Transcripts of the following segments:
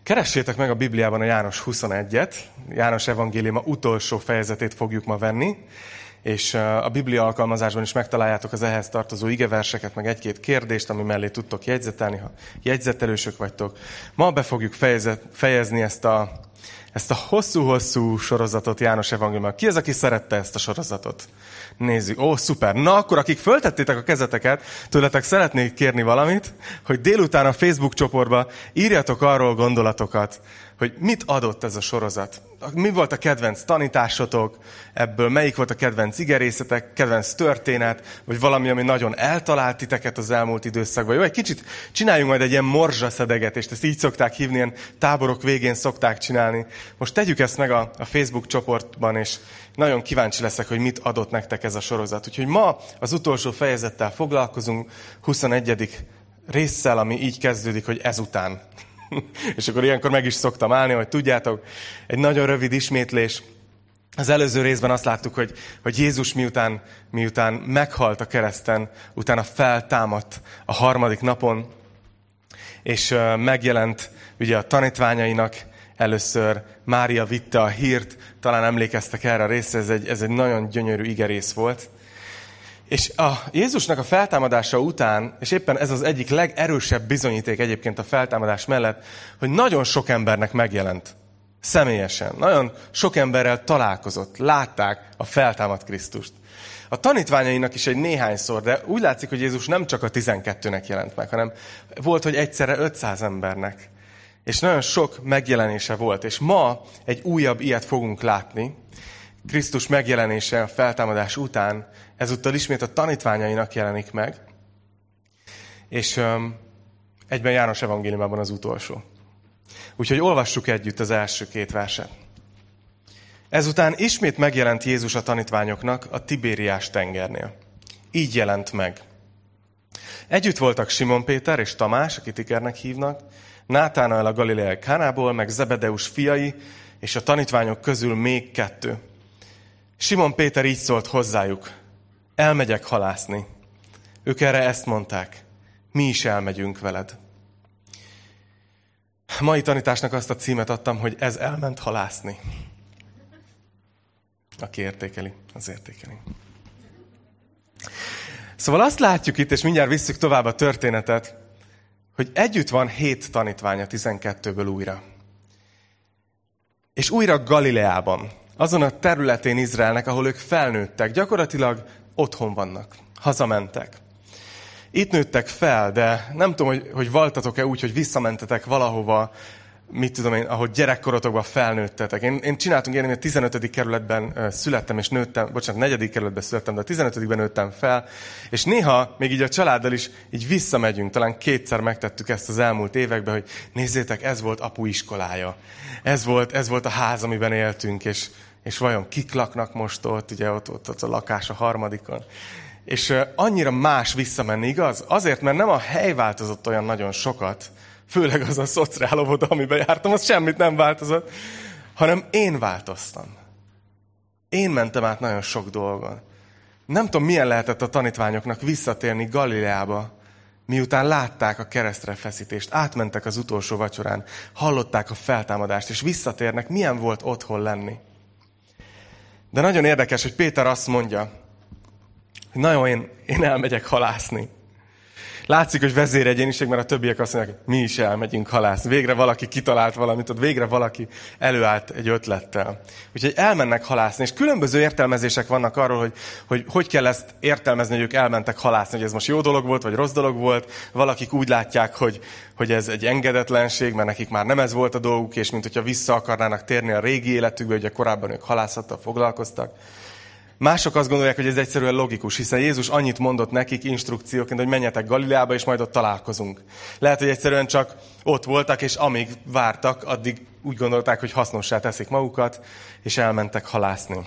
Keressétek meg a Bibliában a János 21-et, János evangéliuma utolsó fejezetét fogjuk ma venni, és a Biblia alkalmazásban is megtaláljátok az ehhez tartozó igeverseket, meg egy-két kérdést, ami mellé tudtok jegyzetelni, ha jegyzetelősök vagytok. Ma be fogjuk fejezni ezt a hosszú-hosszú sorozatot János evangéliumban. Ki az, aki szerette ezt a sorozatot? Nézzük. Ó, szuper. Na akkor, akik föltettétek a kezeteket, tőletek szeretnék kérni valamit, hogy délután a Facebook csoportba írjatok arról gondolatokat, hogy mit adott ez a sorozat. Mi volt a kedvenc tanításotok, ebből melyik volt a kedvenc igerészetek, kedvenc történet, vagy valami, ami nagyon eltalált titeket az elmúlt időszakban. Jó, egy kicsit csináljunk majd egy ilyen morzsaszedegetést, ezt így szokták hívni, ilyen táborok végén szokták csinálni. Most tegyük ezt meg a Facebook csoportban, és nagyon kíváncsi leszek, hogy mit adott nektek ez a sorozat. Úgyhogy ma az utolsó fejezettel foglalkozunk, 21. résszel, ami így kezdődik, hogy ezután. És akkor ilyenkor meg is szoktam állni, hogy tudjátok, egy nagyon rövid ismétlés. Az előző részben azt láttuk, hogy Jézus miután meghalt a kereszten, utána feltámadt a harmadik napon, és megjelent ugye a tanítványainak. Először Mária vitte a hírt, talán emlékeztek erre a részre, ez egy nagyon gyönyörű igerész volt. És a Jézusnak a feltámadása után, és éppen ez az egyik legerősebb bizonyíték egyébként a feltámadás mellett, hogy nagyon sok embernek megjelent személyesen. Nagyon sok emberrel találkozott, látták a feltámadt Krisztust. A tanítványainak is egy néhányszor, de úgy látszik, hogy Jézus nem csak a 12-nek jelent meg, hanem volt, hogy egyszerre 500 embernek. És nagyon sok megjelenése volt. És ma egy újabb ilyet fogunk látni. Krisztus megjelenése a feltámadás után, ezúttal ismét a tanítványainak jelenik meg. És egyben János evangéliumában az utolsó. Úgyhogy olvassuk együtt az első két verset. Ezután ismét megjelent Jézus a tanítványoknak a Tibériás tengernél. Így jelent meg. Együtt voltak Simon Péter és Tamás, akit Ikernek hívnak, Nátánael a galileai Kánából, meg Zebedeus fiai, és a tanítványok közül még 2. Simon Péter így szólt hozzájuk, elmegyek halászni. Ők erre ezt mondták, mi is elmegyünk veled. A mai tanításnak azt a címet adtam, hogy ez elment halászni. Aki értékeli, az értékeli. Szóval azt látjuk itt, és mindjárt visszük tovább a történetet, hogy együtt van 7 tanítvány a 12-ből újra. És újra Galileában, azon a területén Izraelnek, ahol ők felnőttek, gyakorlatilag otthon vannak, hazamentek. Itt nőttek fel, de nem tudom, hogy valtatok-e úgy, hogy visszamentetek valahova, mit tudom én, ahogy gyerekkorotokban felnőttetek. Én csináltunk én a 15. kerületben születtem, és nőttem, 4. kerületben születtem, de a 15-ben nőttem fel, és néha még így a családdal is így visszamegyünk, talán 2-szer megtettük ezt az elmúlt években, hogy nézzétek, ez volt apu iskolája. Ez volt a ház, amiben éltünk, és vajon kik laknak most ott, ugye ott a lakás a 3. És annyira más visszamenni, igaz? Azért, mert nem a hely változott olyan nagyon sokat, főleg az a szociálóvoda, amiben jártam, az semmit nem változott, hanem én változtam. Én mentem át nagyon sok dolgon. Nem tudom, milyen lehetett a tanítványoknak visszatérni Galileába, miután látták a keresztre feszítést, átmentek az utolsó vacsorán, hallották a feltámadást, és visszatérnek, milyen volt otthon lenni. De nagyon érdekes, hogy Péter azt mondja, hogy nagyon én elmegyek halászni. Látszik, hogy vezéregyéniség, mert a többiek azt mondják, hogy mi is elmegyünk halászni. Végre valaki kitalált valamit, ott végre valaki előállt egy ötlettel. Úgyhogy elmennek halászni, és különböző értelmezések vannak arról, hogy kell ezt értelmezni, hogy ők elmentek halászni, hogy ez most jó dolog volt, vagy rossz dolog volt. Valakik úgy látják, hogy ez egy engedetlenség, mert nekik már nem ez volt a dolguk, és mint hogyha vissza akarnának térni a régi életükbe, ugye korábban ők halászattal foglalkoztak. Mások azt gondolják, hogy ez egyszerűen logikus, hiszen Jézus annyit mondott nekik instrukcióként, hogy menjetek Galileába, és majd ott találkozunk. Lehet, hogy egyszerűen csak ott voltak, és amíg vártak, addig úgy gondolták, hogy hasznossá teszik magukat, és elmentek halászni.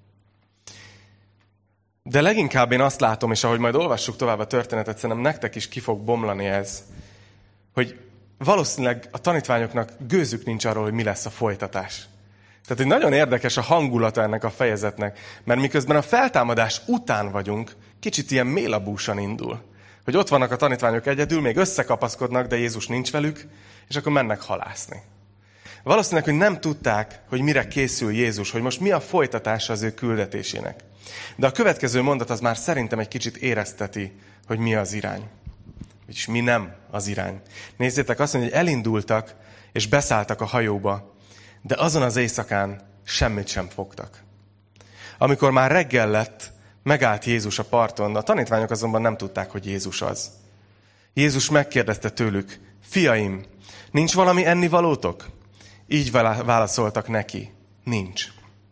De leginkább én azt látom, és ahogy majd olvassuk tovább a történetet, szerintem nektek is ki fog bomlani ez, hogy valószínűleg a tanítványoknak gőzük nincs arról, hogy mi lesz a folytatás. Tehát, hogy nagyon érdekes a hangulata ennek a fejezetnek, mert miközben a feltámadás után vagyunk, kicsit ilyen mélabúsan indul. Hogy ott vannak a tanítványok egyedül, még összekapaszkodnak, de Jézus nincs velük, és akkor mennek halászni. Valószínűleg, hogy nem tudták, hogy mire készül Jézus, hogy most mi a folytatása az ő küldetésének. De a következő mondat az már szerintem egy kicsit érezteti, hogy mi az irány. És mi nem az irány. Nézzétek, azt mondja, hogy elindultak, és beszálltak a hajóba, de azon az éjszakán semmit sem fogtak. Amikor már reggel lett, megállt Jézus a parton, a tanítványok azonban nem tudták, hogy Jézus az. Jézus megkérdezte tőlük, fiaim, nincs valami ennivalótok? Így válaszoltak neki, nincs.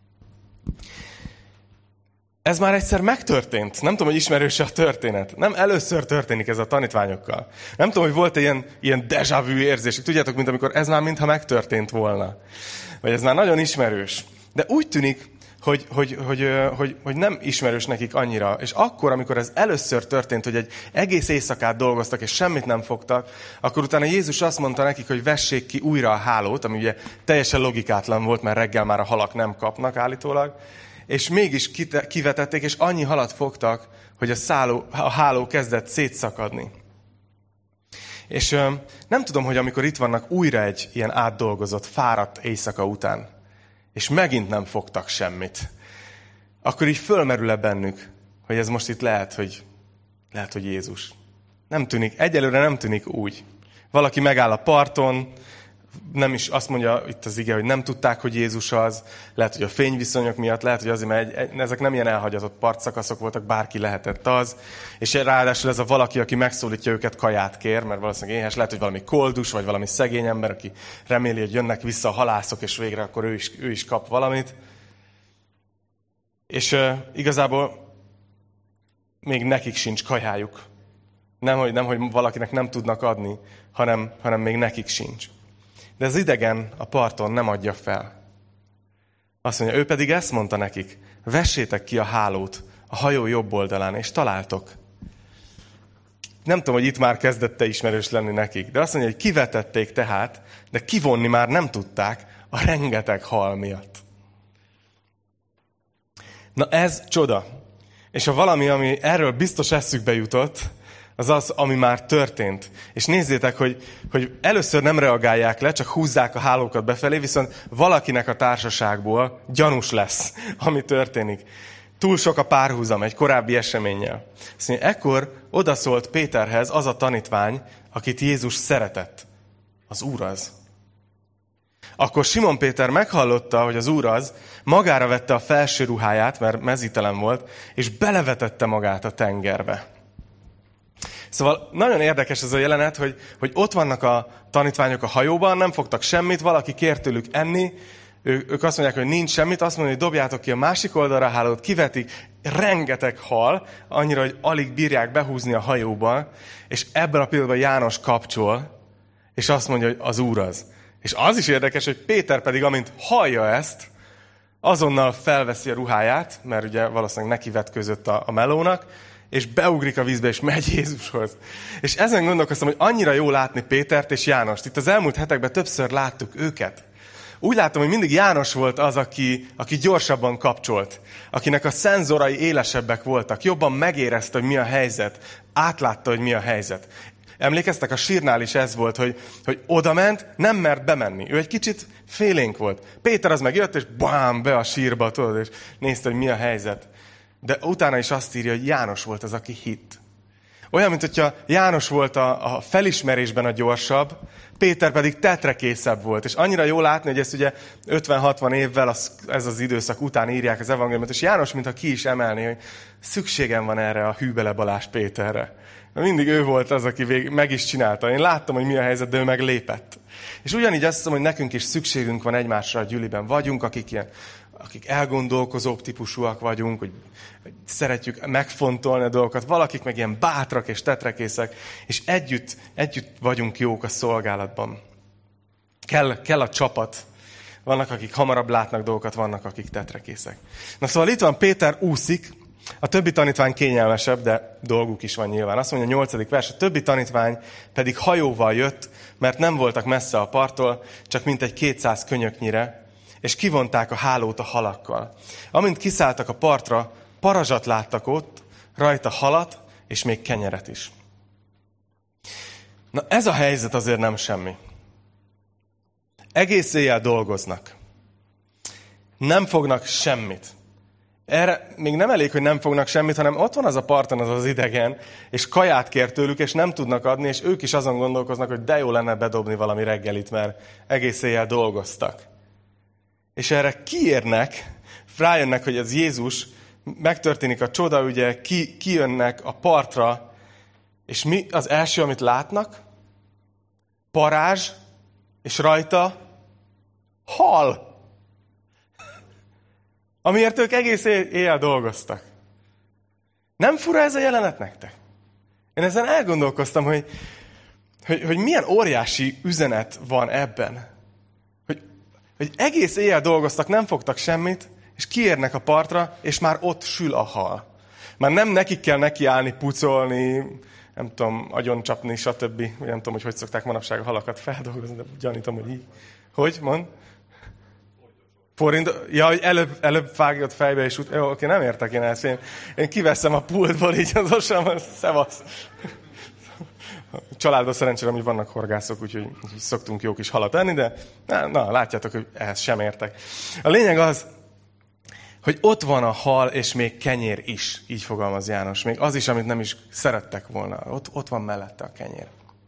Ez már egyszer megtörtént. Nem tudom, hogy ismerős a történet. Nem először történik ez a tanítványokkal. Nem tudom, hogy volt ilyen déjà vu érzés. Tudjátok, mint amikor ez már mintha megtörtént volna. Vagy ez már nagyon ismerős. De úgy tűnik, hogy nem ismerős nekik annyira. És akkor, amikor ez először történt, hogy egy egész éjszakát dolgoztak, és semmit nem fogtak, akkor utána Jézus azt mondta nekik, hogy vessék ki újra a hálót, ami ugye teljesen logikátlan volt, mert reggel már a halak nem kapnak állítólag. És mégis kivetették, és annyi halat fogtak, hogy a háló kezdett szétszakadni. És nem tudom, hogy amikor itt vannak újra egy ilyen átdolgozott, fáradt éjszaka után, és megint nem fogtak semmit, akkor így fölmerül-e bennük, hogy ez most itt lehet, hogy Jézus. Nem tűnik, egyelőre nem tűnik úgy. Valaki megáll a parton, nem is azt mondja itt az ige, hogy nem tudták, hogy Jézus az, lehet, hogy a fényviszonyok miatt, lehet, hogy azért, mert ezek nem ilyen elhagyatott partszakaszok voltak, bárki lehetett az, és ráadásul ez a valaki, aki megszólítja őket, kaját kér, mert valószínűleg éhes, lehet, hogy valami koldus, vagy valami szegény ember, aki reméli, hogy jönnek vissza a halászok, és végre akkor ő is kap valamit. És igazából még nekik sincs kajájuk. Nem, hogy valakinek nem tudnak adni, hanem még nekik sincs. De az idegen a parton nem adja fel. Azt mondja, ő pedig ezt mondta nekik, vessétek ki a hálót a hajó jobb oldalán, és találtok. Nem tudom, hogy itt már kezdette ismerős lenni nekik, de azt mondja, hogy kivetették tehát, de kivonni már nem tudták a rengeteg hal miatt. Na ez csoda. És ha valami, ami erről biztos eszükbe jutott, az, ami már történt. És nézzétek, hogy először nem reagálják le, csak húzzák a hálókat befelé, viszont valakinek a társaságból gyanús lesz, ami történik. Túl sok a párhuzam egy korábbi eseménnyel. Azt mondja, ekkor odaszólt Péterhez az a tanítvány, akit Jézus szeretett. Az Úr az. Akkor Simon Péter meghallotta, hogy az Úr az, magára vette a felső ruháját, mert mezítelen volt, és belevetette magát a tengerbe. Szóval nagyon érdekes ez a jelenet, hogy ott vannak a tanítványok a hajóban, nem fogtak semmit, valaki kér tőlük enni, ők azt mondják, hogy nincs semmit, azt mondják, hogy dobjátok ki a másik oldalra a hálót, kivetik, rengeteg hal, annyira, hogy alig bírják behúzni a hajóba, és ebben a pillanatban János kapcsol, és azt mondja, hogy az Úr az. És az is érdekes, hogy Péter pedig, amint hallja ezt, azonnal felveszi a ruháját, mert ugye valószínűleg neki vetközött a melónak, és beugrik a vízbe, és megy Jézushoz. És ezen gondolkoztam, hogy annyira jó látni Pétert és Jánost. Itt az elmúlt hetekben többször láttuk őket. Úgy látom, hogy mindig János volt az, aki gyorsabban kapcsolt. Akinek a szenzorai élesebbek voltak. Jobban megérezte, hogy mi a helyzet. Átlátta, hogy mi a helyzet. Emlékeztek, a sírnál is ez volt, hogy odament, nem mert bemenni. Ő egy kicsit félénk volt. Péter az meg jött, és bám, be a sírba, tudod, és nézte, hogy mi a helyzet. De utána is azt írja, hogy János volt az, aki hitt. Olyan, mint hogyha János volt a felismerésben a gyorsabb, Péter pedig tetrekészebb volt. És annyira jó látni, hogy ezt ugye 50-60 évvel ez az időszak után írják az evangéliumot, és János mintha ki is emelni, hogy szükségem van erre a hűbele Balázs Péterre. Mindig ő volt az, aki meg is csinálta. Én láttam, hogy mi a helyzet, de ő meg lépett. És ugyanígy azt hiszem, hogy nekünk is szükségünk van egymásra a gyüliben. Vagyunk, akik elgondolkozóbb típusúak vagyunk, hogy szeretjük megfontolni a dolgokat, valakik meg ilyen bátrak és tetrekészek, és együtt vagyunk jók a szolgálatban. Kell a csapat. Vannak, akik hamarabb látnak dolgokat, vannak, akik tetrekészek. Na szóval itt van, Péter úszik, a többi tanítvány kényelmesebb, de dolguk is van nyilván. Azt mondja a 8. vers, a többi tanítvány pedig hajóval jött, mert nem voltak messze a parttól, csak mintegy 200 könyöknyire, és kivonták a hálót a halakkal. Amint kiszálltak a partra, parazsat láttak ott, rajta halat, és még kenyeret is. Na ez a helyzet azért nem semmi. Egész éjjel dolgoznak. Nem fognak semmit. Erre még nem elég, hogy nem fognak semmit, hanem ott van az a parton az idegen, és kaját kér tőlük, és nem tudnak adni, és ők is azon gondolkoznak, hogy de jó lenne bedobni valami reggelit, mert egész éjjel dolgoztak. És erre kiérnek, rájönnek, hogy ez Jézus, megtörténik a csoda, ugye kijönnek a partra, és mi az első, amit látnak? Parázs, és rajta hal. Amiért ők egész éjjel dolgoztak. Nem fura ez a jelenet nektek? Én ezen elgondolkoztam, hogy milyen óriási üzenet van ebben. Hogy egész éjjel dolgoztak, nem fogtak semmit, és kiérnek a partra, és már ott sül a hal. Már nem nekik kell nekiállni, pucolni, nem tudom, agyoncsapni, stb. Nem tudom, hogy szokták manapság a halakat feldolgozni, de gyanítom, hogy így. Hogy? Mond? Ja, hogy előbb vágott fejbe, és jó, oké, nem értek én ezt. Én kiveszem a pultból, így az osam, szevasz. Családban szerencsére, hogy vannak horgászok, úgyhogy szoktunk jó kis halat enni, de na, látjátok, hogy ehhez sem értek. A lényeg az, hogy ott van a hal, és még kenyér is, így fogalmaz János. Még az is, amit nem is szerettek volna. Ott van mellette a kenyér.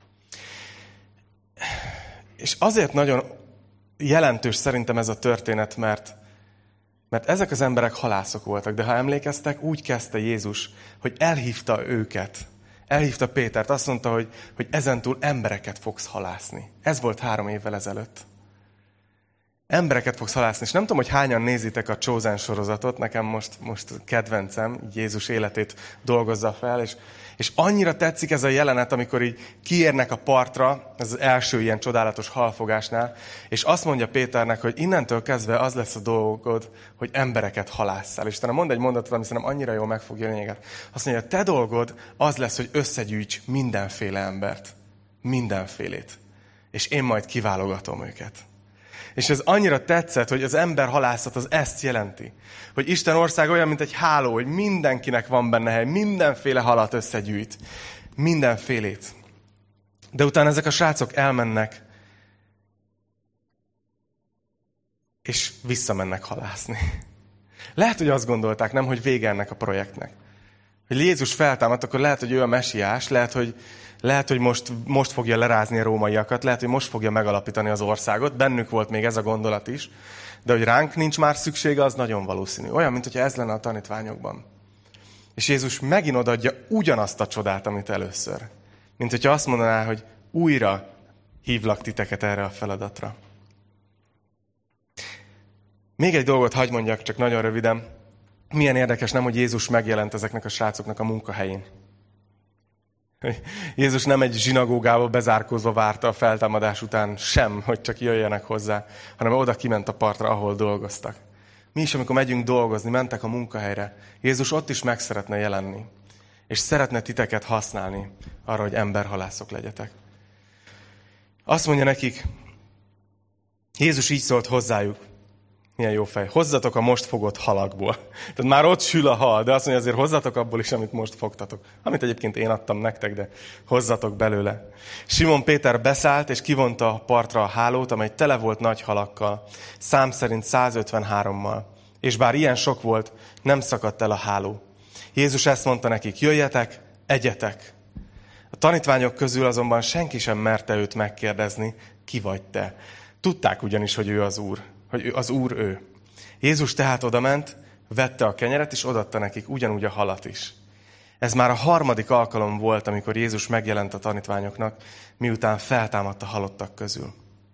És azért nagyon jelentős szerintem ez a történet, mert ezek az emberek halászok voltak, de ha emlékeztek, úgy kezdte Jézus, hogy elhívta őket. Elhívta Pétert, azt mondta, hogy ezentúl embereket fogsz halászni. Ez volt 3 évvel ezelőtt. Embereket fogsz halászni. És nem tudom, hogy hányan nézitek a Chosen sorozatot, nekem most kedvencem, Jézus életét dolgozza fel, és annyira tetszik ez a jelenet, amikor így kiérnek a partra, ez az első ilyen csodálatos halfogásnál, és azt mondja Péternek, hogy innentől kezdve az lesz a dolgod, hogy embereket halásszál. És utána mond egy mondatot, ami szerintem annyira jól megfogja a lényeget. Azt mondja, a te dolgod az lesz, hogy összegyűjts mindenféle embert. Mindenfélét. És én majd kiválogatom őket. És ez annyira tetszett, hogy az emberhalászat az ezt jelenti. Hogy Isten ország olyan, mint egy háló, hogy mindenkinek van benne hely, mindenféle halat összegyűjt. Mindenfélét. De utána ezek a srácok elmennek, és visszamennek halászni. Lehet, hogy azt gondolták, nem, hogy vége ennek a projektnek. Hogy Jézus feltámadt, akkor lehet, hogy ő a mesiás, lehet, hogy most fogja lerázni a rómaiakat, lehet, hogy most fogja megalapítani az országot. Bennük volt még ez a gondolat is. De hogy ránk nincs már szüksége, az nagyon valószínű. Olyan, mint hogyha ez lenne a tanítványokban. És Jézus megint odaadja ugyanazt a csodát, amit először. Mint hogyha azt mondaná, hogy újra hívlak titeket erre a feladatra. Még egy dolgot hadd mondjak, csak nagyon röviden. Milyen érdekes, nem, hogy Jézus megjelent ezeknek a srácoknak a munkahelyén. Jézus nem egy zsinagógába bezárkózva várta a feltámadás után sem, hogy csak jöjjenek hozzá, hanem oda kiment a partra, ahol dolgoztak. Mi is, amikor megyünk dolgozni, mentek a munkahelyre, Jézus ott is meg szeretne jelenni, és szeretne titeket használni arra, hogy emberhalászok legyetek. Azt mondja nekik, Jézus így szólt hozzájuk, milyen jó fej, hozzatok a most fogott halakból. Tehát már ott sül a hal, de azt mondja, azért hozzatok abból is, amit most fogtatok. Amit egyébként én adtam nektek, de hozzatok belőle. Simon Péter beszállt, és kivonta a partra a hálót, amely tele volt nagy halakkal, szám szerint 153-mal. És bár ilyen sok volt, nem szakadt el a háló. Jézus ezt mondta nekik, jöjjetek, egyetek. A tanítványok közül azonban senki sem merte őt megkérdezni, ki vagy te. Tudták ugyanis, hogy ő az Úr. Hogy az Úr ő. Jézus tehát odament, vette a kenyeret, és odaadta nekik ugyanúgy a halat is. Ez már a 3. alkalom volt, amikor Jézus megjelent a tanítványoknak, miután feltámadt a halottak közül.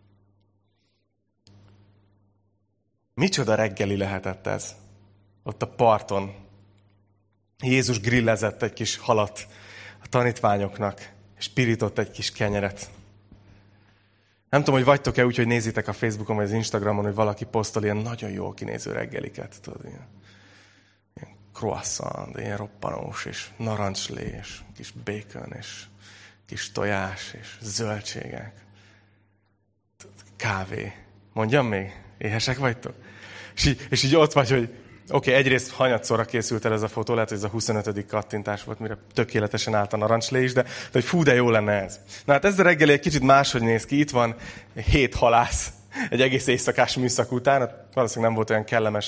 Micsoda reggeli lehetett ez? Ott a parton. Jézus grillezett egy kis halat a tanítványoknak, és pirított egy kis kenyeret. Nem tudom, hogy vagytok-e úgy, hogy nézitek a Facebookon vagy az Instagramon, hogy valaki posztol ilyen nagyon jól kinéző reggeliket. Tudod, ilyen croissant, ilyen roppanós, és narancslé, és kis bacon, és kis tojás, és zöldségek. Kávé. Mondjam még? Éhesek vagytok? És így ott vagy, hogy oké, egyrészt hanyatszorra készült el ez a fotó, lehet, hogy ez a 25. kattintás volt, mire tökéletesen állt a narancslé is, de hogy fú, de jó lenne ez. Na hát ez a reggeli egy kicsit máshogy néz ki. Itt van 7 halász, egy egész éjszakás műszak után, valószínűleg nem volt olyan kellemes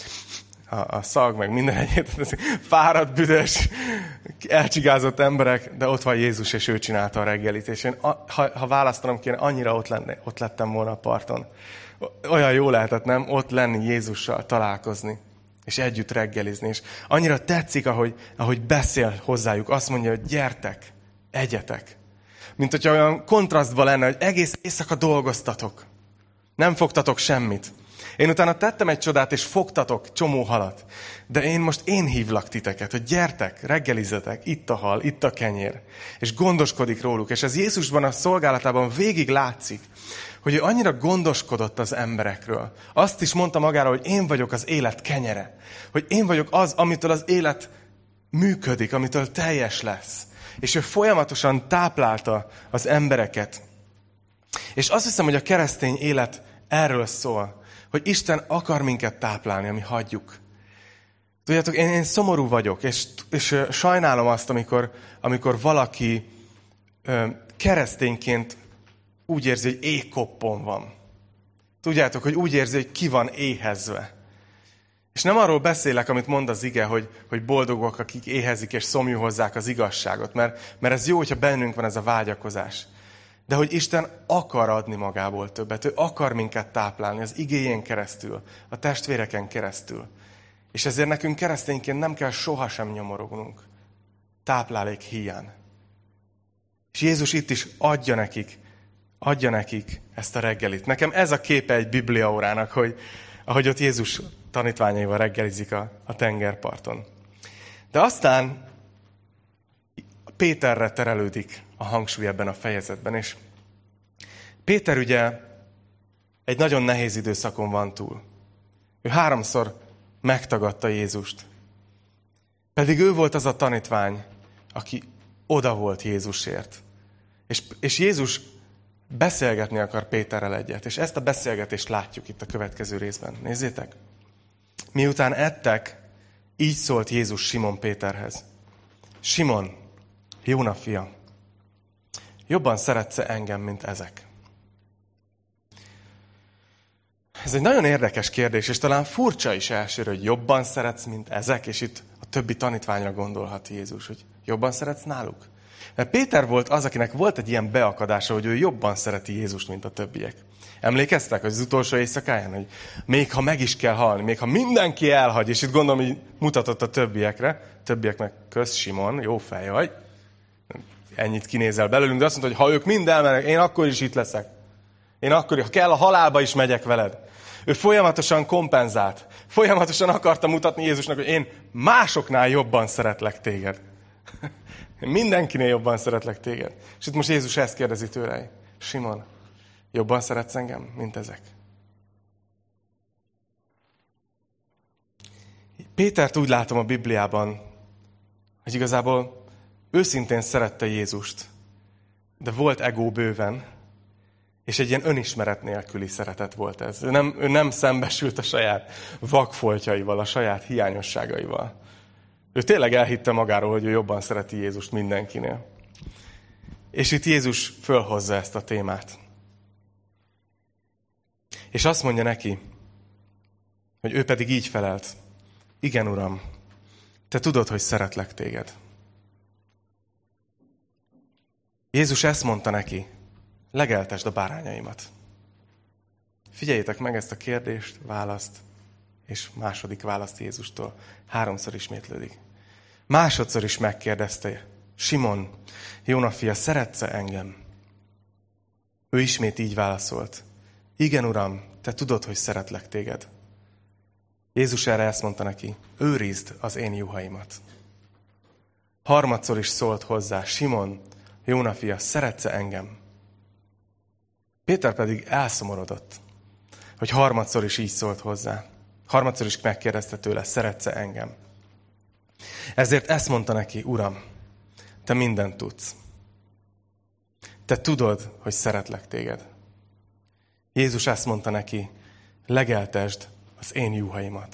a szag, meg minden egyet, fáradt, büdös, elcsigázott emberek, de ott van Jézus, és ő csinálta a reggelit. És én, ha választanom kéne, annyira ott lettem volna a parton. Olyan jó lehetett, nem? Ott lenni Jézussal, találkozni, és együtt reggelizni. És annyira tetszik, ahogy beszél hozzájuk. Azt mondja, hogy gyertek, egyetek. Mint hogyha olyan kontrasztban lenne, hogy egész éjszaka dolgoztatok. Nem fogtatok semmit. Én utána tettem egy csodát, és fogtatok csomó halat. De én hívlak titeket, hogy gyertek, reggelizzetek, itt a hal, itt a kenyér. És gondoskodik róluk. És ez Jézusban a szolgálatában végig látszik, hogy ő annyira gondoskodott az emberekről. Azt is mondta magára, hogy én vagyok az élet kenyere. Hogy én vagyok az, amitől az élet működik, amitől teljes lesz. És ő folyamatosan táplálta az embereket. És azt hiszem, hogy a keresztény élet erről szól, hogy Isten akar minket táplálni, ami hagyjuk. Tudjátok, én szomorú vagyok, és sajnálom azt, amikor valaki keresztényként úgy érzi, hogy éhkoppon van. Tudjátok, hogy úgy érzi, hogy ki van éhezve. És nem arról beszélek, amit mond az ige, hogy boldogok, akik éhezik és szomjúhozzák az igazságot, mert ez jó, hogyha bennünk van ez a vágyakozás. De hogy Isten akar adni magából többet, ő akar minket táplálni az igéjén keresztül, a testvéreken keresztül. És ezért nekünk keresztényként nem kell sohasem nyomorognunk táplálék hiány. És Jézus itt is adja nekik ezt a reggelit. Nekem ez a képe egy bibliaórának, hogy ahogy ott Jézus tanítványaival reggelizik a tengerparton. De aztán Péterre terelődik a hangsúly ebben a fejezetben, és Péter ugye egy nagyon nehéz időszakon van túl. Ő 3-szor megtagadta Jézust. Pedig ő volt az a tanítvány, aki oda volt Jézusért. És Jézus beszélgetni akar Péterrel egyet, és ezt a beszélgetést látjuk itt a következő részben. Nézzétek! Miután ettek, így szólt Jézus Simon Péterhez. Simon, Jóna fia, jobban szeretsz-e engem, mint ezek? Ez egy nagyon érdekes kérdés, és talán furcsa is elsőre, hogy jobban szeretsz, mint ezek, és itt a többi tanítványra gondolhat Jézus, hogy jobban szeretsz náluk? Mert Péter volt az, akinek volt egy ilyen beakadása, hogy ő jobban szereti Jézust, mint a többiek. Emlékeztek, hogy az utolsó éjszakáján, hogy még ha meg is kell halni, még ha mindenki elhagy, és itt gondolom, hogy mutatott a többiek meg kösz Simon, jó fej vagy, ennyit kinézel belőlünk, de azt mondta, hogy ha ők mind elmennek, én akkor is itt leszek. Én akkor, ha kell, a halálba is megyek veled. Ő folyamatosan kompenzált. Folyamatosan akarta mutatni Jézusnak, hogy én másoknál jobban szeretlek téged. Én mindenkinél jobban szeretlek téged. És itt most Jézus ezt kérdezi tőle. Simon, jobban szeretsz engem, mint ezek? Pétert úgy látom a Bibliában, hogy igazából őszintén szerette Jézust, de volt egó bőven, és egy ilyen önismeret nélküli szeretet volt ez. Ő nem szembesült a saját vakfoltjaival, a saját hiányosságaival. Ő tényleg elhitte magáról, hogy ő jobban szereti Jézust mindenkinél. És itt Jézus fölhozza ezt a témát. És azt mondja neki, hogy ő pedig így felelt. Igen, Uram, te tudod, hogy szeretlek téged. Jézus ezt mondta neki, legeltesd a bárányaimat. Figyeljétek meg ezt a kérdést, választ, és második választ Jézustól. 3-szor ismétlődik. Másodszor is megkérdezte, Simon, Jóna fia, szeretsz-e engem? Ő ismét így válaszolt. Igen, Uram, te tudod, hogy szeretlek téged. Jézus erre ezt mondta neki, őrizd az én juhaimat. Harmadszor is szólt hozzá, Simon, Jóna fia, szeretsz-e engem? Péter pedig elszomorodott, hogy harmadszor is így szólt hozzá. Harmadszor is megkérdezte tőle, szeretsz-e engem? Ezért ezt mondta neki, Uram, te mindent tudsz. Te tudod, hogy szeretlek téged. Jézus ezt mondta neki, legeltesd az én juhaimat.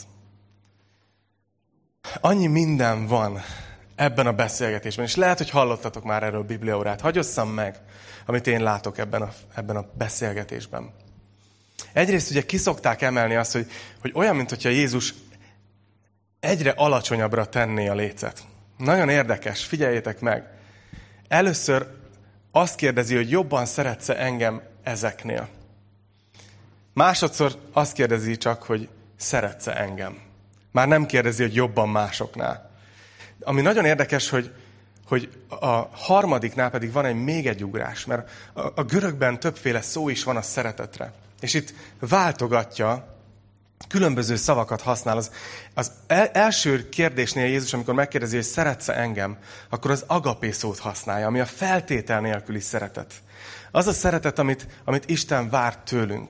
Annyi minden van ebben a beszélgetésben, és lehet, hogy hallottatok már erről bibliaórát. Hagyosszam meg, amit én látok ebben a beszélgetésben. Egyrészt ugye kiszokták emelni azt, hogy olyan, mint hogyha Jézus egyre alacsonyabbra tenné a lécet. Nagyon érdekes, figyeljétek meg. Először azt kérdezi, hogy jobban szeretsz-e engem ezeknél. Másodszor azt kérdezi csak, hogy szeretsz-e engem. Már nem kérdezi, hogy jobban másoknál. Ami nagyon érdekes, hogy a harmadiknál pedig van még egy ugrás, mert a görögben többféle szó is van a szeretetre. És itt váltogatja, különböző szavakat használ. Az első kérdésnél Jézus, amikor megkérdezi, hogy szeretsz-e engem, akkor az agapé szót használja, ami a feltétel nélküli szeretet. Az a szeretet, amit Isten vár tőlünk.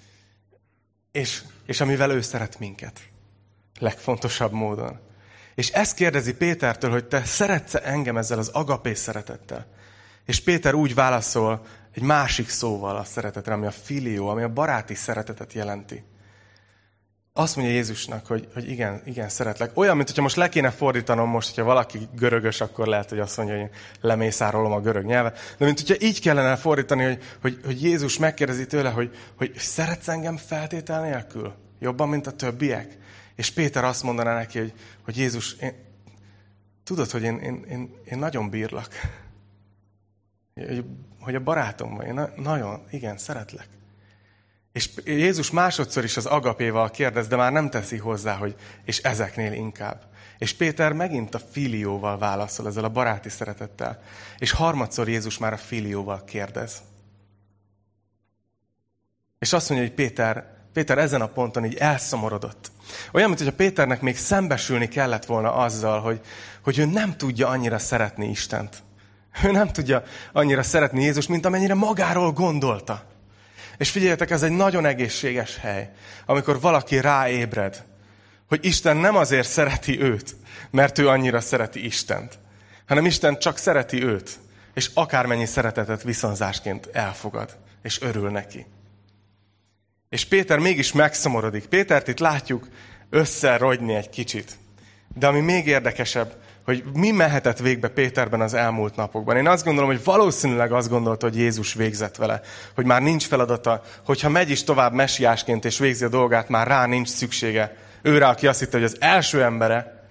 És amivel ő szeret minket. Legfontosabb módon. És ezt kérdezi Pétertől, hogy te szeretsz-e engem ezzel az agapé szeretettel? És Péter úgy válaszol egy másik szóval a szeretetre, ami a filió, ami a baráti szeretetet jelenti. Azt mondja Jézusnak, hogy igen, szeretlek. Olyan, mint hogyha most le kéne fordítanom most, hogyha valaki görögös, akkor lehet, hogy azt mondja, hogy lemészárolom a görög nyelvet. De mint hogyha így kellene fordítani, hogy Jézus megkérdezi tőle, hogy szeretsz engem feltétel nélkül? Jobban, mint a többiek? És Péter azt mondaná neki, hogy Jézus, tudod, hogy én nagyon bírlak. Hogy a barátom vagy. Én nagyon, igen, szeretlek. És Jézus másodszor is az agapéval kérdez, de már nem teszi hozzá, hogy és ezeknél inkább. És Péter megint a filióval válaszol, ezzel a baráti szeretettel. És harmadszor Jézus már a filióval kérdez. És azt mondja, hogy Péter ezen a ponton így elszomorodott. Olyan, mint hogyha Péternek még szembesülni kellett volna azzal, hogy ő nem tudja annyira szeretni Istent. Ő nem tudja annyira szeretni Jézust, mint amennyire magáról gondolta. És figyeljetek, ez egy nagyon egészséges hely, amikor valaki ráébred, hogy Isten nem azért szereti őt, mert ő annyira szereti Istent, hanem Isten csak szereti őt, és akármennyi szeretetet viszonzásként elfogad, és örül neki. És Péter mégis megszomorodik. Pétert itt látjuk összerogyni egy kicsit. De ami még érdekesebb, hogy mi mehetett végbe Péterben az elmúlt napokban. Én azt gondolom, hogy valószínűleg azt gondolta, hogy Jézus végzett vele. Hogy már nincs feladata, hogyha megy is tovább messiásként és végzi a dolgát, már rá nincs szüksége. Őre, aki azt hitte, hogy az első embere.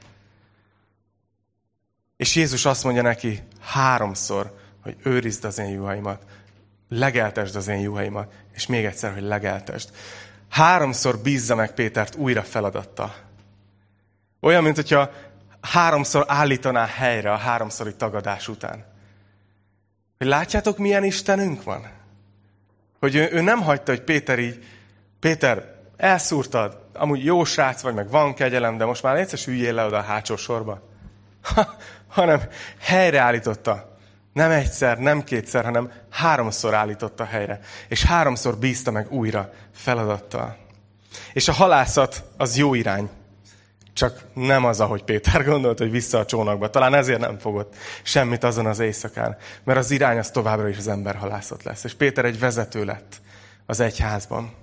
És Jézus azt mondja neki 3-szor, hogy őrizd az én juhaimat. Legeltesd az én juhaimat. És még egyszer, hogy legeltesd. 3-szor bízza meg Pétert újra feladattal. Olyan, mint hogyha 3-szor állítaná helyre a 3-szori tagadás után. Hogy látjátok, milyen Istenünk van? Hogy ő nem hagyta, hogy Péter, elszúrtad, amúgy jó srác vagy, meg van kegyelem, de most már egyszer üljél le oda a hátsó sorba. Hanem helyreállította. Nem egyszer, nem 2-szer, hanem 3-szor állította helyre. És 3-szor bízta meg újra feladattal. És a halászat az jó irány. Csak nem az, ahogy Péter gondolt, hogy vissza a csónakba. Talán ezért nem fogott semmit azon az éjszakán. Mert az irány az továbbra is az emberhalászat lesz. És Péter egy vezető lett az egyházban.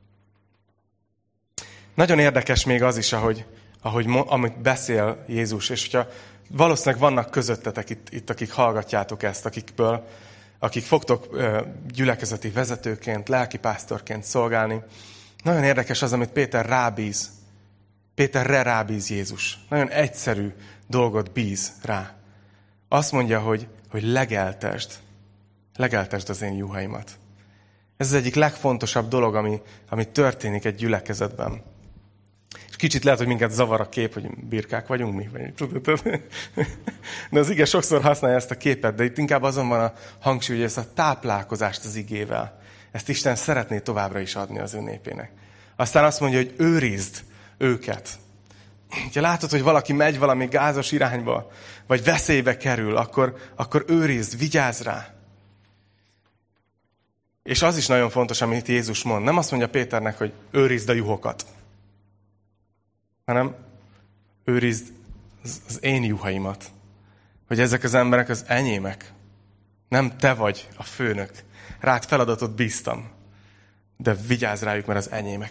Nagyon érdekes még az is, amit beszél Jézus. És hogyha valószínűleg vannak közöttetek itt, akik hallgatjátok ezt, akik fogtok gyülekezeti vezetőként, lelkipásztorként szolgálni. Nagyon érdekes az, amit Péterre rábíz Jézus. Nagyon egyszerű dolgot bíz rá. Azt mondja, hogy legeltesd az én juhaimat. Ez az egyik legfontosabb dolog, ami történik egy gyülekezetben. És kicsit lehet, hogy minket zavar a kép, hogy birkák vagyunk mi. De az ige sokszor használja ezt a képet, de itt inkább azon van a hangsúly, hogy ezt a táplálkozást az igével, ezt Isten szeretné továbbra is adni az ő népének. Aztán azt mondja, hogy őrizd őket. Ha látod, hogy valaki megy valami gázos irányba, vagy veszélybe kerül, akkor őrizd, vigyázz rá. És az is nagyon fontos, amit Jézus mond. Nem azt mondja Péternek, hogy őrizd a juhokat, hanem őrizd az én juhaimat. Hogy ezek az emberek az enyémek. Nem te vagy a főnök. Rád feladatot bíztam. De vigyázz rájuk, mert az enyémek.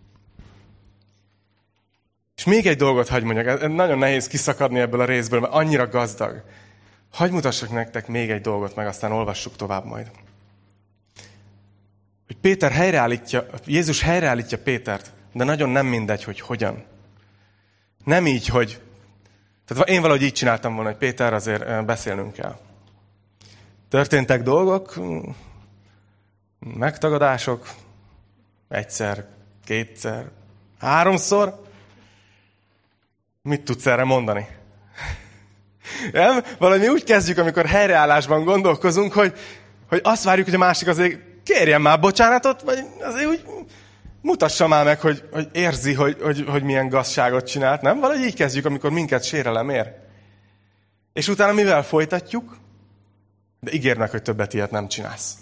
És még egy dolgot hadd mondjak. Nagyon nehéz kiszakadni ebből a részből, mert annyira gazdag. Hadd mutassak nektek még egy dolgot, meg aztán olvassuk tovább majd. hogy Jézus helyreállítja Pétert, de nagyon nem mindegy, hogy hogyan. Nem így, hogy... Tehát én valahogy így csináltam volna, hogy Péter, azért beszélnünk kell. Történtek dolgok, megtagadások, egyszer, kétszer, háromszor. Mit tudsz erre mondani? Nem? Valahogy úgy kezdjük, amikor helyreállásban gondolkozunk, hogy azt várjuk, hogy a másik azért kérjen már bocsánatot, vagy azért úgy mutassa már meg, hogy érzi, hogy milyen gazságot csinált. Nem? Valahogy így kezdjük, amikor minket sérelem ér. És utána mivel folytatjuk? De ígérd meg, hogy többet ilyet nem csinálsz.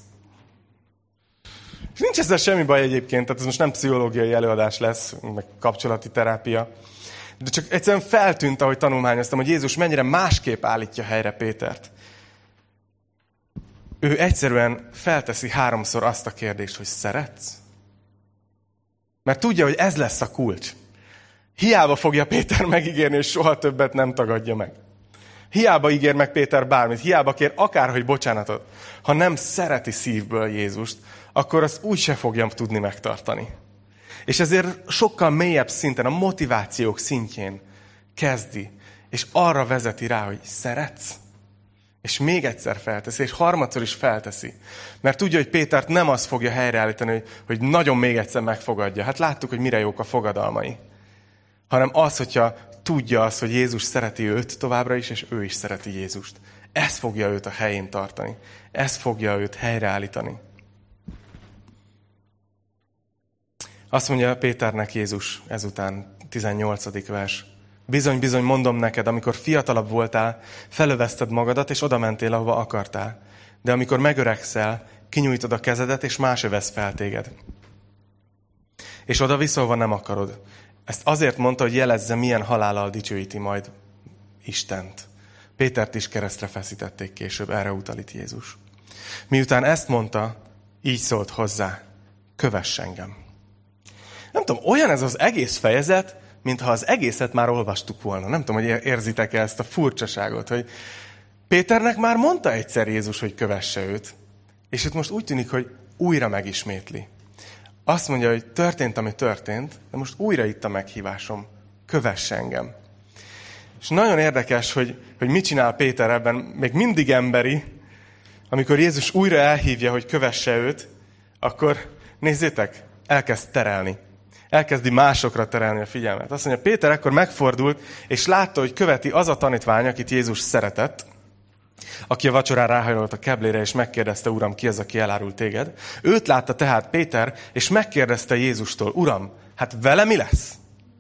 És nincs ezzel semmi baj egyébként, tehát ez most nem pszichológiai előadás lesz, meg kapcsolati terápia. De csak egyszerűen feltűnt, ahogy tanulmányoztam, hogy Jézus mennyire másképp állítja helyre Pétert. Ő egyszerűen felteszi 3-szor azt a kérdést, hogy szeretsz? Mert tudja, hogy ez lesz a kulcs. Hiába fogja Péter megígérni, és soha többet nem tagadja meg. Hiába ígér meg Péter bármit, hiába kér akárhogy bocsánatot. Ha nem szereti szívből Jézust, akkor azt úgyse fogja tudni megtartani. És ezért sokkal mélyebb szinten, a motivációk szintjén kezdi, és arra vezeti rá, hogy szeretsz. És még egyszer felteszi, és harmadszor is felteszi. Mert tudja, hogy Pétert nem az fogja helyreállítani, hogy nagyon még egyszer megfogadja. Hát láttuk, hogy mire jók a fogadalmai. Hanem az, hogyha tudja azt, hogy Jézus szereti őt továbbra is, és ő is szereti Jézust. Ez fogja őt a helyén tartani. Ez fogja őt helyreállítani. Azt mondja Péternek Jézus ezután, 18. vers. Bizony, bizony, mondom neked, amikor fiatalabb voltál, felövezted magadat, és oda mentél, ahova akartál. De amikor megöregszel, kinyújtod a kezedet, és más övesz fel téged. És oda visszolva nem akarod. Ezt azért mondta, hogy jelezze, milyen halállal dicsőíti majd Istent. Pétert is keresztre feszítették később, erre utalít Jézus. Miután ezt mondta, így szólt hozzá, kövess engem. Nem tudom, olyan ez az egész fejezet, mintha az egészet már olvastuk volna. Nem tudom, hogy érzitek-e ezt a furcsaságot, hogy Péternek már mondta egyszer Jézus, hogy kövesse őt, és itt most úgy tűnik, hogy újra megismétli. Azt mondja, hogy történt, ami történt, de most újra itt a meghívásom. Kövess engem. És nagyon érdekes, hogy mit csinál Péter ebben, még mindig emberi, amikor Jézus újra elhívja, hogy kövesse őt, akkor nézzétek, elkezd terelni. Elkezdi másokra terelni a figyelmet. Azt mondja, Péter ekkor megfordult, és látta, hogy követi az a tanítvány, akit Jézus szeretett, aki a vacsorán ráhajlolt a keblére, és megkérdezte, Uram, ki az, aki elárul téged. Őt látta tehát Péter, és megkérdezte Jézustól, Uram, hát vele mi lesz?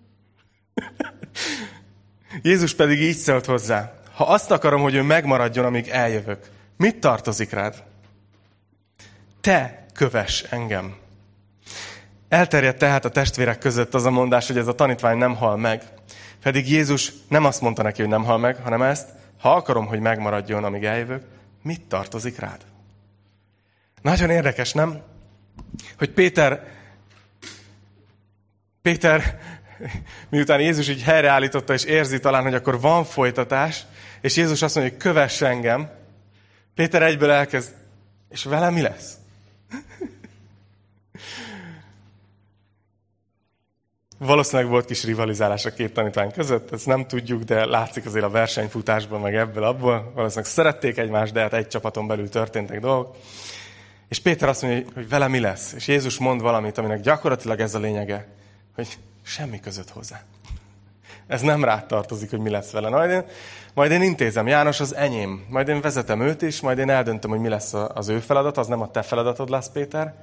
Jézus pedig így szólt hozzá, ha azt akarom, hogy ő megmaradjon, amíg eljövök, mit tartozik rád? Te kövess engem. Elterjedt tehát a testvérek között az a mondás, hogy ez a tanítvány nem hal meg. Pedig Jézus nem azt mondta neki, hogy nem hal meg, hanem ezt, ha akarom, hogy megmaradjon, amíg eljövök, mit tartozik rád? Nagyon érdekes, nem? Hogy Péter, miután Jézus így helyreállította, és érzi talán, hogy akkor van folytatás, és Jézus azt mondja, hogy kövess engem, Péter egyből elkezd, és vele mi lesz? Valószínűleg volt kis rivalizálás a két tanítvány között, ezt nem tudjuk, de látszik azért a versenyfutásban, meg ebből, abból. Valószínűleg szerették egymást, de hát egy csapaton belül történtek dolgok. És Péter azt mondja, hogy vele mi lesz? És Jézus mond valamit, aminek gyakorlatilag ez a lényege, hogy semmi között hozzá. Ez nem rád tartozik, hogy mi lesz vele. Majd én intézem, János az enyém. Majd én vezetem őt is, majd én eldöntöm, hogy mi lesz az ő feladat, az nem a te feladatod lesz, Péter.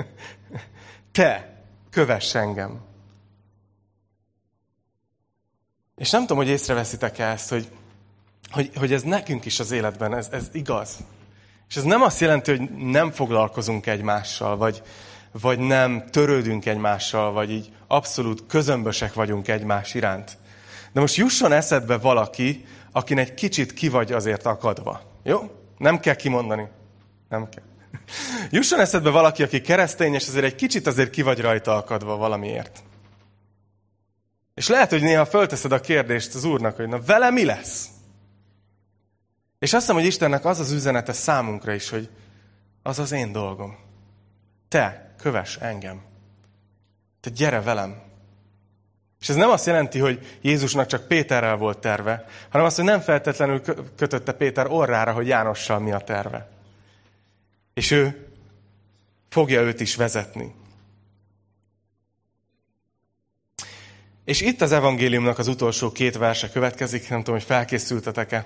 Te kövess engem. És nem tudom, hogy észreveszitek-e ezt, hogy ez nekünk is az életben, ez igaz. És ez nem azt jelenti, hogy nem foglalkozunk egymással, vagy nem törődünk egymással, vagy így abszolút közömbösek vagyunk egymás iránt. De most jusson eszedbe valaki, akin egy kicsit ki vagy azért akadva. Jó? Nem kell kimondani. Nem kell. Jusson eszedbe valaki, aki keresztény, és azért egy kicsit azért ki vagy rajta akadva valamiért. És lehet, hogy néha fölteszed a kérdést az Úrnak, hogy na vele mi lesz? És azt hiszem, hogy Istennek az az üzenete számunkra is, hogy az az én dolgom. Te kövess engem. Te gyere velem. És ez nem azt jelenti, hogy Jézusnak csak Péterrel volt terve, hanem azt, hogy nem feltétlenül kötötte Péter orrára, hogy Jánossal mi a terve. És ő fogja őt is vezetni. És itt az evangéliumnak az utolsó 2 verse következik, nem tudom, hogy felkészültetek-e.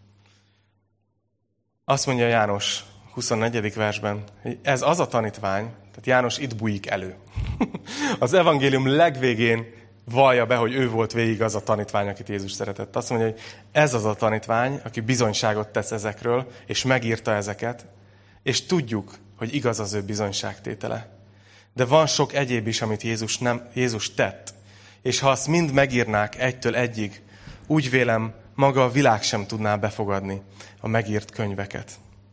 Azt mondja János 24. versben, hogy ez az a tanítvány, tehát János itt bújik elő. Az evangélium legvégén vallja be, hogy ő volt végig az a tanítvány, akit Jézus szeretett. Azt mondja, hogy ez az a tanítvány, aki bizonyságot tesz ezekről, és megírta ezeket, és tudjuk, hogy igaz az ő bizonyságtétele. De van sok egyéb is, amit Jézus tett. És ha azt mind megírnák 1-től 1-ig, úgy vélem, maga a világ sem tudná befogadni a megírt könyveket.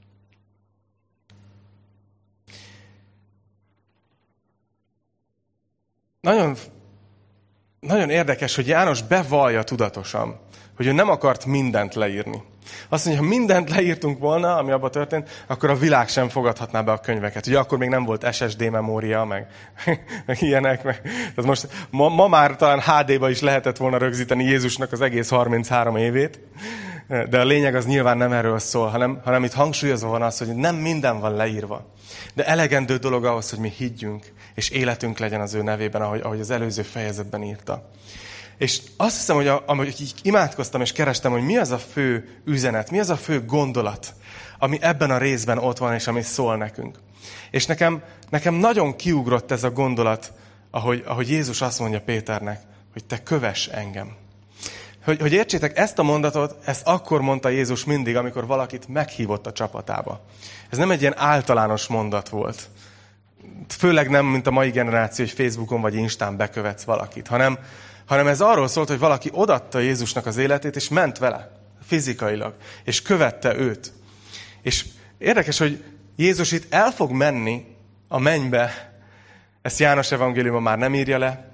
Nagyon érdekes, hogy János bevallja tudatosan, hogy ő nem akart mindent leírni. Azt mondja, ha mindent leírtunk volna, ami abban történt, akkor a világ sem fogadhatná be a könyveket. Ugye akkor még nem volt SSD memória, meg ilyenek. Tehát most ma már talán HD-ba is lehetett volna rögzíteni Jézusnak az egész 33 évét, de a lényeg az nyilván nem erről szól, hanem itt hangsúlyozva van az, hogy nem minden van leírva. De elegendő dolog ahhoz, hogy mi higgyünk, és életünk legyen az ő nevében, ahogy az előző fejezetben írta. És azt hiszem, hogy ahogy így imádkoztam és kerestem, hogy mi az a fő üzenet, mi az a fő gondolat, ami ebben a részben ott van, és ami szól nekünk. És nekem nagyon kiugrott ez a gondolat, ahogy Jézus azt mondja Péternek, hogy te kövess engem. Hogy értsétek, ezt a mondatot, ezt akkor mondta Jézus mindig, amikor valakit meghívott a csapatába. Ez nem egy ilyen általános mondat volt. Főleg nem, mint a mai generáció, hogy Facebookon vagy Instán bekövetsz valakit, hanem ez arról szólt, hogy valaki odaadta Jézusnak az életét, és ment vele fizikailag, és követte őt. És érdekes, hogy Jézus itt el fog menni a mennybe, ezt János evangéliuma már nem írja le,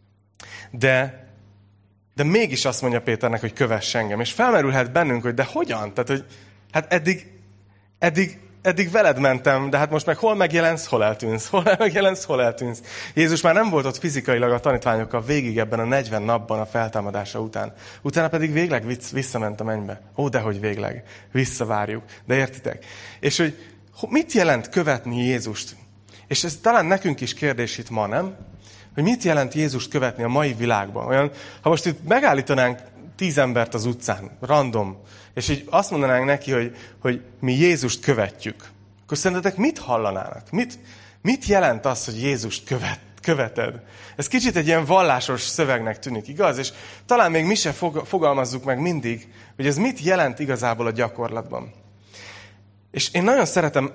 de mégis azt mondja Péternek, hogy kövess engem. És felmerülhet bennünk, hogy de hogyan? Tehát, hogy hát eddig veled mentem, de hát most meg hol megjelensz, hol eltűnsz. Hol megjelensz, hol eltűnsz. Jézus már nem volt ott fizikailag a tanítványokkal végig ebben a 40 napban a feltámadása után. Utána pedig végleg visszament a mennybe. Ó, dehogy végleg. Visszavárjuk. De értitek? És hogy mit jelent követni Jézust? És ez talán nekünk is kérdés itt ma, nem? Hogy mit jelent Jézust követni a mai világban? Olyan, ha most itt megállítanánk 10 embert az utcán, random, és így azt mondanánk neki, hogy mi Jézust követjük, akkor szerintetek mit hallanának? Mit jelent az, hogy Jézust követed? Ez kicsit egy ilyen vallásos szövegnek tűnik, igaz? És talán még mi se fogalmazzuk meg mindig, hogy ez mit jelent igazából a gyakorlatban. És én nagyon szeretem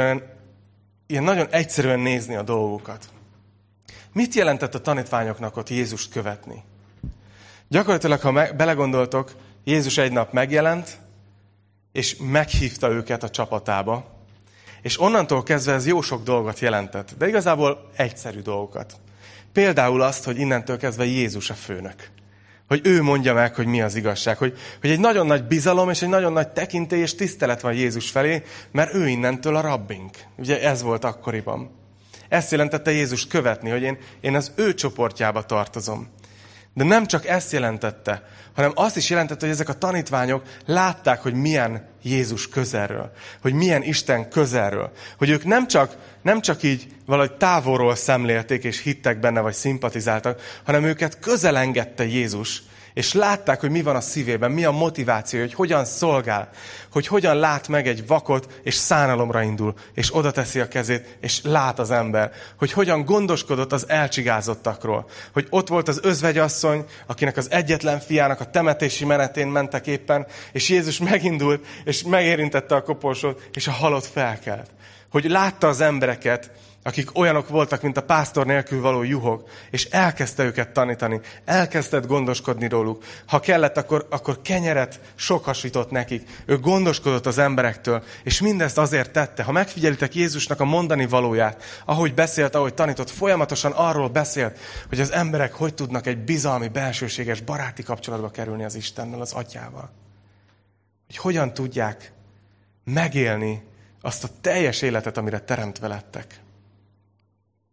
nagyon egyszerűen nézni a dolgokat. Mit jelentett a tanítványoknak ott Jézust követni? Gyakorlatilag, ha belegondoltok, Jézus egy nap megjelent, és meghívta őket a csapatába, és onnantól kezdve ez jó sok dolgot jelentett, de igazából egyszerű dolgokat. Például azt, hogy innentől kezdve Jézus a főnök. Hogy ő mondja meg, hogy mi az igazság. Hogy egy nagyon nagy bizalom és egy nagyon nagy tekintély és tisztelet van Jézus felé, mert ő innentől a rabbink. Ugye ez volt akkoriban. Ezt jelentette Jézus követni, hogy én az ő csoportjába tartozom. De nem csak ezt jelentette, hanem azt is jelentette, hogy ezek a tanítványok látták, hogy milyen Jézus közelről, hogy milyen Isten közelről, hogy ők nem csak így valahogy távolról szemlélték és hittek benne, vagy szimpatizáltak, hanem őket közel engedte Jézus, és látták, hogy mi van a szívében, mi a motiváció, hogy hogyan szolgál, hogy hogyan lát meg egy vakot, és szánalomra indul, és oda teszi a kezét, és lát az ember, hogy hogyan gondoskodott az elcsigázottakról, hogy ott volt az özvegyasszony, akinek az egyetlen fiának a temetési menetén mentek éppen, és Jézus megindult, és megérintette a koporsót, és a halott felkelt. Hogy látta az embereket, akik olyanok voltak, mint a pásztor nélkül való juhok, és elkezdte őket tanítani, elkezdett gondoskodni róluk. Ha kellett, akkor kenyeret sokhasított nekik. Ő gondoskodott az emberektől, és mindezt azért tette. Ha megfigyelitek Jézusnak a mondani valóját, ahogy beszélt, ahogy tanított, folyamatosan arról beszélt, hogy az emberek hogy tudnak egy bizalmi, belsőséges, baráti kapcsolatba kerülni az Istennel, az Atyával. Hogy hogyan tudják megélni azt a teljes életet, amire teremtve lettek.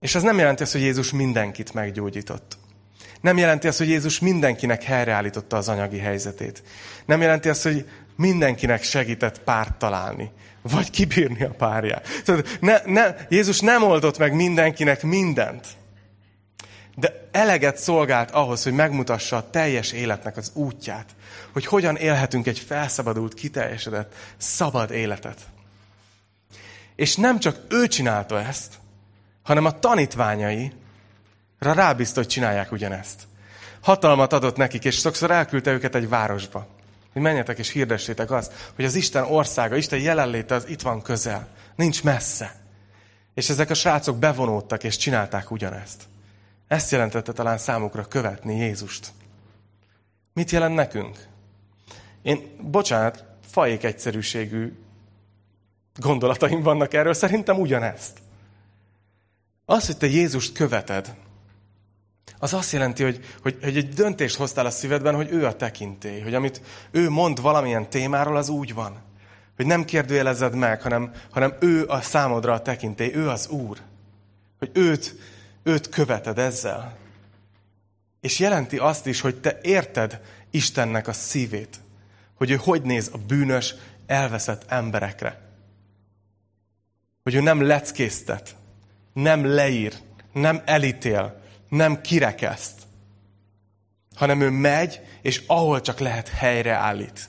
És ez nem jelenti azt, hogy Jézus mindenkit meggyógyított. Nem jelenti azt, hogy Jézus mindenkinek helyreállította az anyagi helyzetét. Nem jelenti azt, hogy mindenkinek segített párt találni, vagy kibírni a párját. Jézus nem oldott meg mindenkinek mindent, de eleget szolgált ahhoz, hogy megmutassa a teljes életnek az útját, hogy hogyan élhetünk egy felszabadult, kiteljesedett, szabad életet. És nem csak ő csinálta ezt, hanem a tanítványaira rábízta, hogy csinálják ugyanezt. Hatalmat adott nekik, és sokszor elküldte őket egy városba. Hogy menjetek és hirdessétek azt, hogy az Isten országa, Isten jelenléte az itt van közel. Nincs messze. És ezek a srácok bevonódtak, és csinálták ugyanezt. Ezt jelentette talán számukra követni Jézust. Mit jelent nekünk? Bocsánat, fajék egyszerűségű gondolataim vannak erről, szerintem ugyanezt. Az, hogy te Jézust követed, az azt jelenti, hogy egy döntést hoztál a szívedben, hogy ő a tekintély, hogy amit ő mond valamilyen témáról, az úgy van. Hogy nem kérdőjelezed meg, hanem ő a számodra a tekintély, ő az Úr. Hogy őt követed ezzel. És jelenti azt is, hogy te érted Istennek a szívét. Hogy ő hogy néz a bűnös, elveszett emberekre. Hogy ő nem leckésztet, nem leír, nem elítél, nem kirekeszt, hanem ő megy, és ahol csak lehet helyreállít.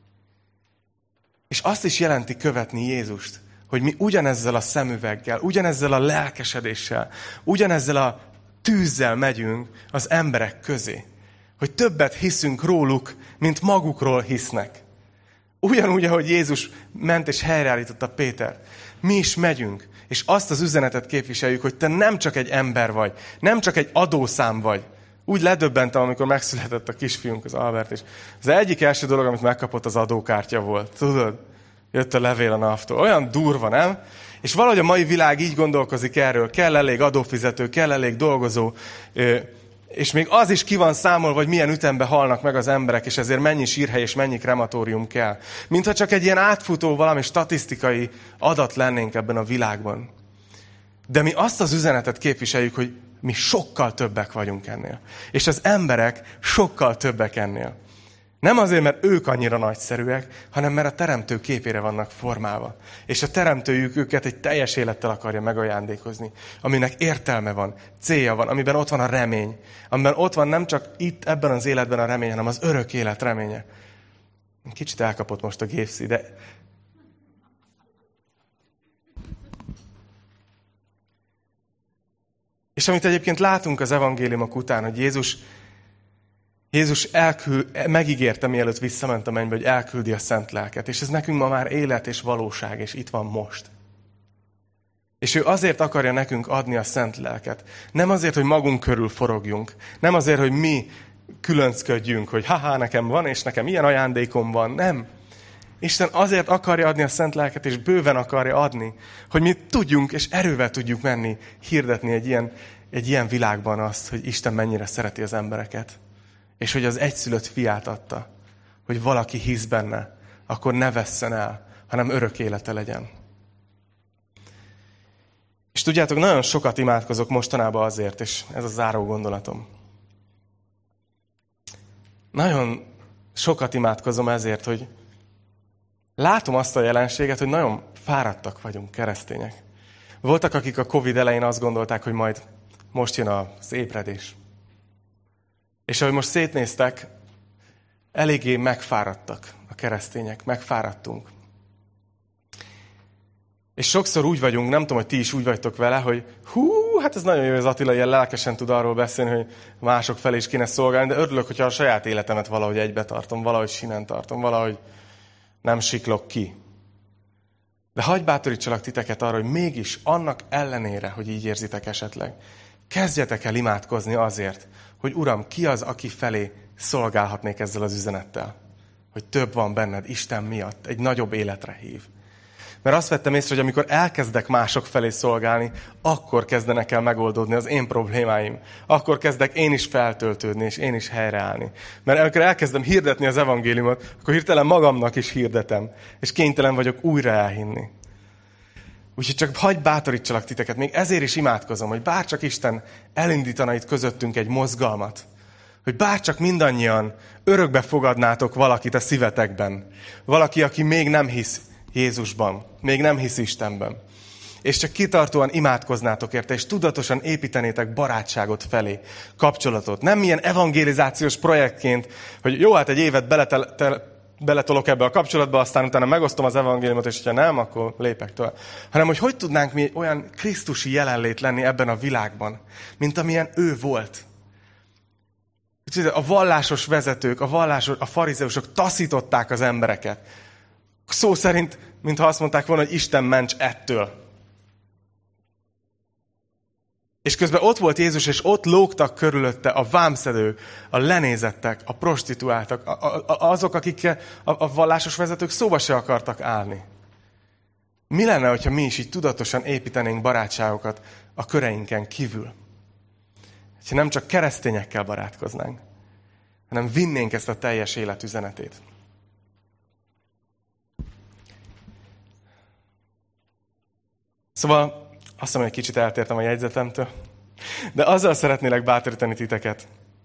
És azt is jelenti követni Jézust, hogy mi ugyanezzel a szemüveggel, ugyanezzel a lelkesedéssel, ugyanezzel a tűzzel megyünk az emberek közé. Hogy többet hiszünk róluk, mint magukról hisznek. Ugyanúgy, ahogy Jézus ment és helyreállította Pétert. Mi is megyünk, és azt az üzenetet képviseljük, hogy te nem csak egy ember vagy, nem csak egy adószám vagy. Úgy ledöbbentem, amikor megszületett a kisfiunk, az Albert, és az egyik első dolog, amit megkapott, az adókártya volt. Tudod? Jött a levél a NAV-tól. Olyan durva, nem? És valahogy a mai világ így gondolkozik erről. Kell elég adófizető, kell elég dolgozó, és még az is ki van számolva, hogy milyen ütemben halnak meg az emberek, és ezért mennyi sírhely és mennyi krematórium kell. Mintha csak egy ilyen átfutó valami statisztikai adat lennénk ebben a világban. De mi azt az üzenetet képviseljük, hogy mi sokkal többek vagyunk ennél. És az emberek sokkal többek ennél. Nem azért, mert ők annyira nagyszerűek, hanem mert a teremtő képére vannak formálva. És a teremtőjük őket egy teljes élettel akarja megajándékozni, aminek értelme van, célja van, amiben ott van a remény. Amiben ott van nem csak itt, ebben az életben a remény, hanem az örök élet reménye. Kicsit elkapott most a gépszi, de... És amit egyébként látunk az evangéliumok után, hogy Jézus megígérte, mielőtt visszament a mennybe, hogy elküldi a szent lelket. És ez nekünk ma már élet és valóság, és itt van most. És ő azért akarja nekünk adni a szent lelket. Nem azért, hogy magunk körül forogjunk. Nem azért, hogy mi különcködjünk, hogy haha, nekem van, és nekem ilyen ajándékom van. Nem. Isten azért akarja adni a szent lelket, és bőven akarja adni, hogy mi tudjunk, és erővel tudjuk menni, hirdetni egy ilyen világban azt, hogy Isten mennyire szereti az embereket. És hogy az egyszülött fiát adta, hogy valaki hisz benne, akkor ne vesszen el, hanem örök élete legyen. És tudjátok, nagyon sokat imádkozok mostanában azért, és ez a záró gondolatom. Nagyon sokat imádkozom ezért, hogy látom azt a jelenséget, hogy nagyon fáradtak vagyunk, keresztények. Voltak, akik a Covid elején azt gondolták, hogy majd most jön az ébredés. És ahogy most szétnéztek, eléggé megfáradtak a keresztények, megfáradtunk. És sokszor úgy vagyunk, nem tudom, hogy ti is úgy vagytok vele, hogy hát ez nagyon jó, hogy az Attila ilyen lelkesen tud arról beszélni, hogy mások felé is kéne szolgálni, de örülök, hogyha a saját életemet valahogy egybe tartom, valahogy sinen tartom, valahogy nem siklok ki. De hagyj bátorítsalak titeket arra, hogy mégis annak ellenére, hogy így érzitek esetleg, kezdjetek el imádkozni azért, hogy Uram, ki az, aki felé szolgálhatnék ezzel az üzenettel? Hogy több van benned Isten miatt, egy nagyobb életre hív. Mert azt vettem észre, hogy amikor elkezdek mások felé szolgálni, akkor kezdenek el megoldódni az én problémáim. Akkor kezdek én is feltöltődni, és én is helyreállni. Mert amikor elkezdem hirdetni az evangéliumot, akkor hirtelen magamnak is hirdetem, és kénytelen vagyok újra elhinni. Úgyhogy csak hagyj bátorítsalak titeket. Még ezért is imádkozom, hogy bárcsak Isten elindítana itt közöttünk egy mozgalmat. Hogy bárcsak mindannyian örökbe fogadnátok valakit a szívetekben. Valaki, aki még nem hisz Jézusban, még nem hisz Istenben. És csak kitartóan imádkoznátok érte, és tudatosan építenétek barátságot felé, kapcsolatot. Nem ilyen evangelizációs projektként, hogy jó, hát egy évet beletolok ebbe a kapcsolatba, aztán utána megosztom az evangéliumot, és ha nem, akkor lépek tovább. Hanem, hogy tudnánk mi olyan krisztusi jelenlét lenni ebben a világban, mint amilyen ő volt. A vallásos vezetők, a farizeusok taszították az embereket. Szó szerint, mintha azt mondták volna, hogy Isten ments ettől. És közben ott volt Jézus, és ott lógtak körülötte a vámszedők, a lenézettek, a prostituáltak, azok, akik a vallásos vezetők szóba se akartak állni. Mi lenne, hogyha mi is így tudatosan építenénk barátságokat a köreinken kívül? Ha nem csak keresztényekkel barátkoznánk, hanem vinnénk ezt a teljes élet üzenetét. Szóval azt mondom, hogy kicsit eltértem a jegyzetemtől, de azzal szeretnélek bátorítani titeket,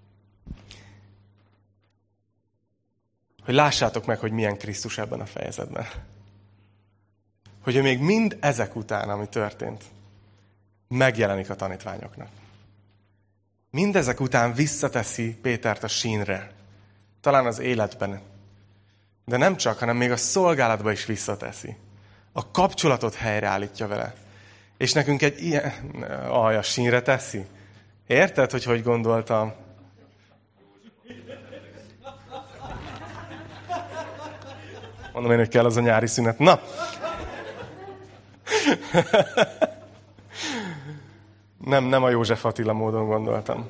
hogy lássátok meg, hogy milyen Krisztus ebben a fejezetben. Hogy ő még mind ezek után, ami történt, megjelenik a tanítványoknak. Mindezek után visszateszi Pétert a sínre. Talán az életben. De nem csak, hanem még a szolgálatba is visszateszi. A kapcsolatot helyreállítja vele. És nekünk egy ilyen... a sínre teszi. Érted, hogy gondoltam? Mondom én, hogy kell az a nyári szünet. Na! Nem a József Attila módon gondoltam.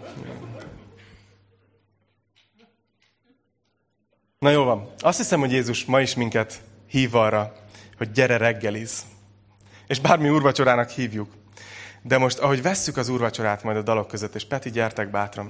Na jó van. Azt hiszem, hogy Jézus ma is minket hív arra, hogy gyere reggeliz. És bármi úrvacsorának hívjuk. De most, ahogy vesszük az úrvacsorát majd a dalok között, és Peti, gyertek bátran.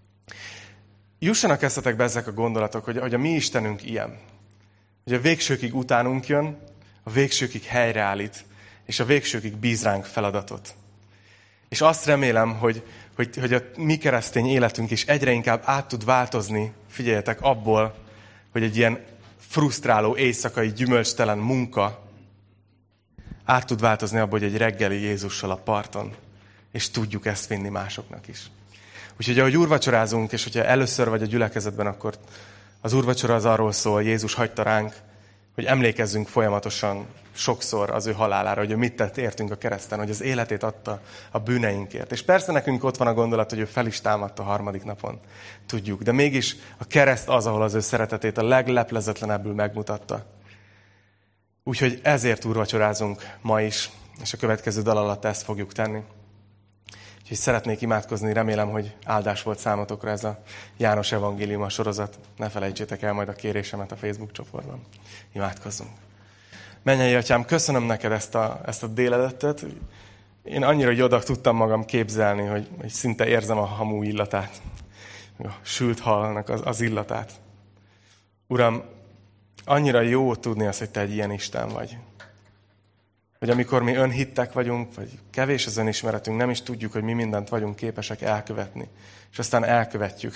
Jussanak eszetekbe ezek a gondolatok, hogy a mi Istenünk ilyen. Hogy a végsőkig utánunk jön, a végsőkig helyreállít, és a végsőkig bíz ránk feladatot. És azt remélem, hogy a mi keresztény életünk is egyre inkább át tud változni, figyeljetek, abból, hogy egy ilyen frusztráló éjszakai gyümölcstelen munka át tud változni abból, hogy egy reggeli Jézussal a parton, és tudjuk ezt vinni másoknak is. Úgyhogy ahogy úrvacsorázunk, és hogyha először vagy a gyülekezetben, akkor az úrvacsora az arról szól, Jézus hagyta ránk, hogy emlékezzünk folyamatosan sokszor az ő halálára, hogy ő mit tett értünk a kereszten, hogy az életét adta a bűneinkért. És persze nekünk ott van a gondolat, hogy ő fel is támadt a harmadik napon. Tudjuk, de mégis a kereszt az, ahol az ő szeretetét a legleplezetlenebbül megmutatta. Úgyhogy ezért úrvacsorázunk ma is, és a következő dal alatt ezt fogjuk tenni. Úgyhogy szeretnék imádkozni, remélem, hogy áldás volt számotokra ez a János evangéliuma sorozat. Ne felejtsétek el majd a kérésemet a Facebook csoportban. Imádkozzunk. Mennyei Atyám, köszönöm neked ezt a délelőttet. Én annyira oda tudtam magam képzelni, hogy szinte érzem a hamu illatát. A sült halnak az illatát. Uram, annyira jó tudni azt, hogy te egy ilyen Isten vagy. Hogy amikor mi önhittek vagyunk, vagy kevés az önismeretünk, nem is tudjuk, hogy mi mindent vagyunk képesek elkövetni. És aztán elkövetjük.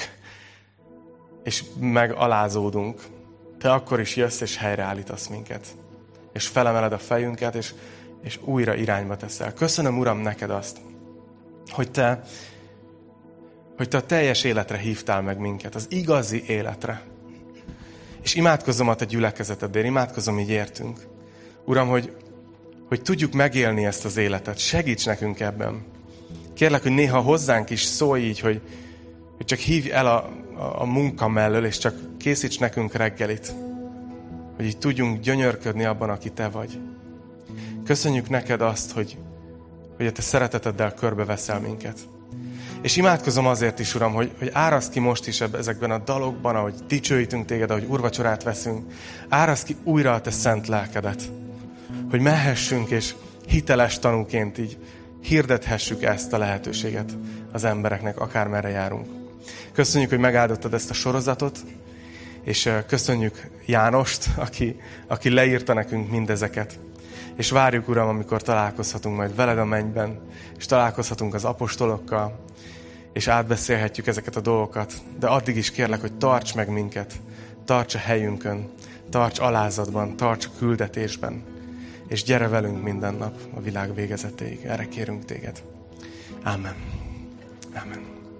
És megalázódunk. Te akkor is jössz, és helyreállítasz minket. És felemeled a fejünket, és újra irányba teszel. Köszönöm, Uram, neked azt, hogy te a teljes életre hívtál meg minket, az igazi életre. És imádkozom a te gyülekezetedért, imádkozom, így értünk. Uram, hogy tudjuk megélni ezt az életet. Segíts nekünk ebben. Kérlek, hogy néha hozzánk is szólj így, hogy csak hívj el a munka mellől, és csak készíts nekünk reggelit. Hogy így tudjunk gyönyörködni abban, aki te vagy. Köszönjük neked azt, hogy a te szereteteddel körbeveszel minket. És imádkozom azért is, Uram, hogy áraszd ki most is ezekben a dalokban, ahogy dicsőítünk téged, ahogy úrvacsorát veszünk, áraszd ki újra a te szent lelkedet. Hogy mehessünk, és hiteles tanúként így hirdethessük ezt a lehetőséget az embereknek, akármerre járunk. Köszönjük, hogy megáldottad ezt a sorozatot, és köszönjük Jánost, aki leírta nekünk mindezeket. És várjuk, Uram, amikor találkozhatunk majd veled a mennyben, és találkozhatunk az apostolokkal, és átbeszélhetjük ezeket a dolgokat. De addig is kérlek, hogy tarts meg minket, tarts a helyünkön, tarts alázatban, tarts a küldetésben, és gyere velünk minden nap a világ végezetéig. Erre kérünk téged. Ámen. Ámen.